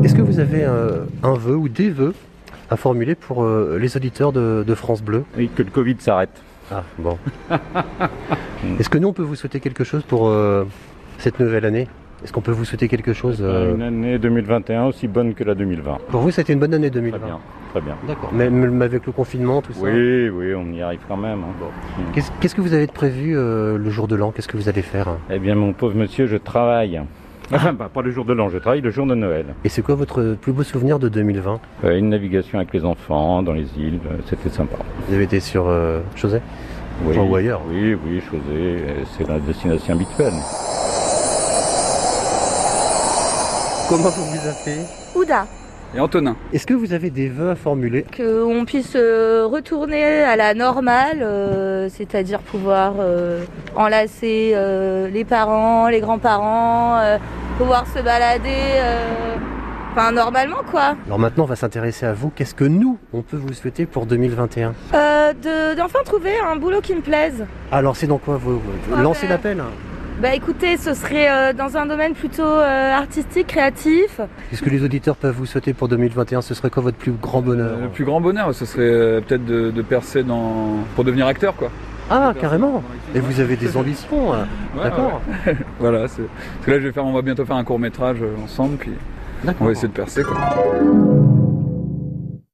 Est-ce que vous avez un vœu ou des vœux à formuler pour les auditeurs de France Bleu? Oui, que le Covid s'arrête. Ah, bon. Est-ce que nous, on peut vous souhaiter quelque chose pour cette nouvelle année? Est-ce qu'on peut vous souhaiter quelque chose Une année 2021 aussi bonne que la 2020. Pour vous, c'était une bonne année 2020? Très bien, très bien. D'accord. Même avec le confinement, tout ça? Oui, oui, on y arrive quand même. Hein. Bon. Qu'est-ce que vous avez de prévu le jour de l'an? Qu'est-ce que vous allez faire? Eh bien, mon pauvre monsieur, je travaille. Enfin, pas le jour de l'an, je travaille le jour de Noël. Et c'est quoi votre plus beau souvenir de 2020? Une navigation avec les enfants dans les îles, c'était sympa. Vous avez été sur Chausey? Oui, Ou ailleurs? Oui, Chausey, c'est la destination habituelle. Comment vous vous appelez? Ouda. Et Antonin. Est-ce que vous avez des vœux à formuler? Qu'on puisse retourner à la normale, c'est-à-dire pouvoir enlacer les parents, les grands-parents, pouvoir se balader, enfin normalement quoi. Alors maintenant, on va s'intéresser à vous. Qu'est-ce que nous, on peut vous souhaiter pour 2021? D'enfin trouver un boulot qui me plaise. Alors c'est dans quoi vous lancez l'appel? Bah écoutez, ce serait dans un domaine plutôt artistique, créatif. Qu'est-ce que les auditeurs peuvent vous souhaiter pour 2021? Ce serait quoi votre plus grand bonheur? Le plus grand bonheur, ce serait peut-être de percer pour devenir acteur, quoi. Ah, carrément. Et vous avez des ambitions, d'accord. Ouais. Voilà, parce que là on va bientôt faire un court-métrage ensemble, puis on va essayer de percer, quoi.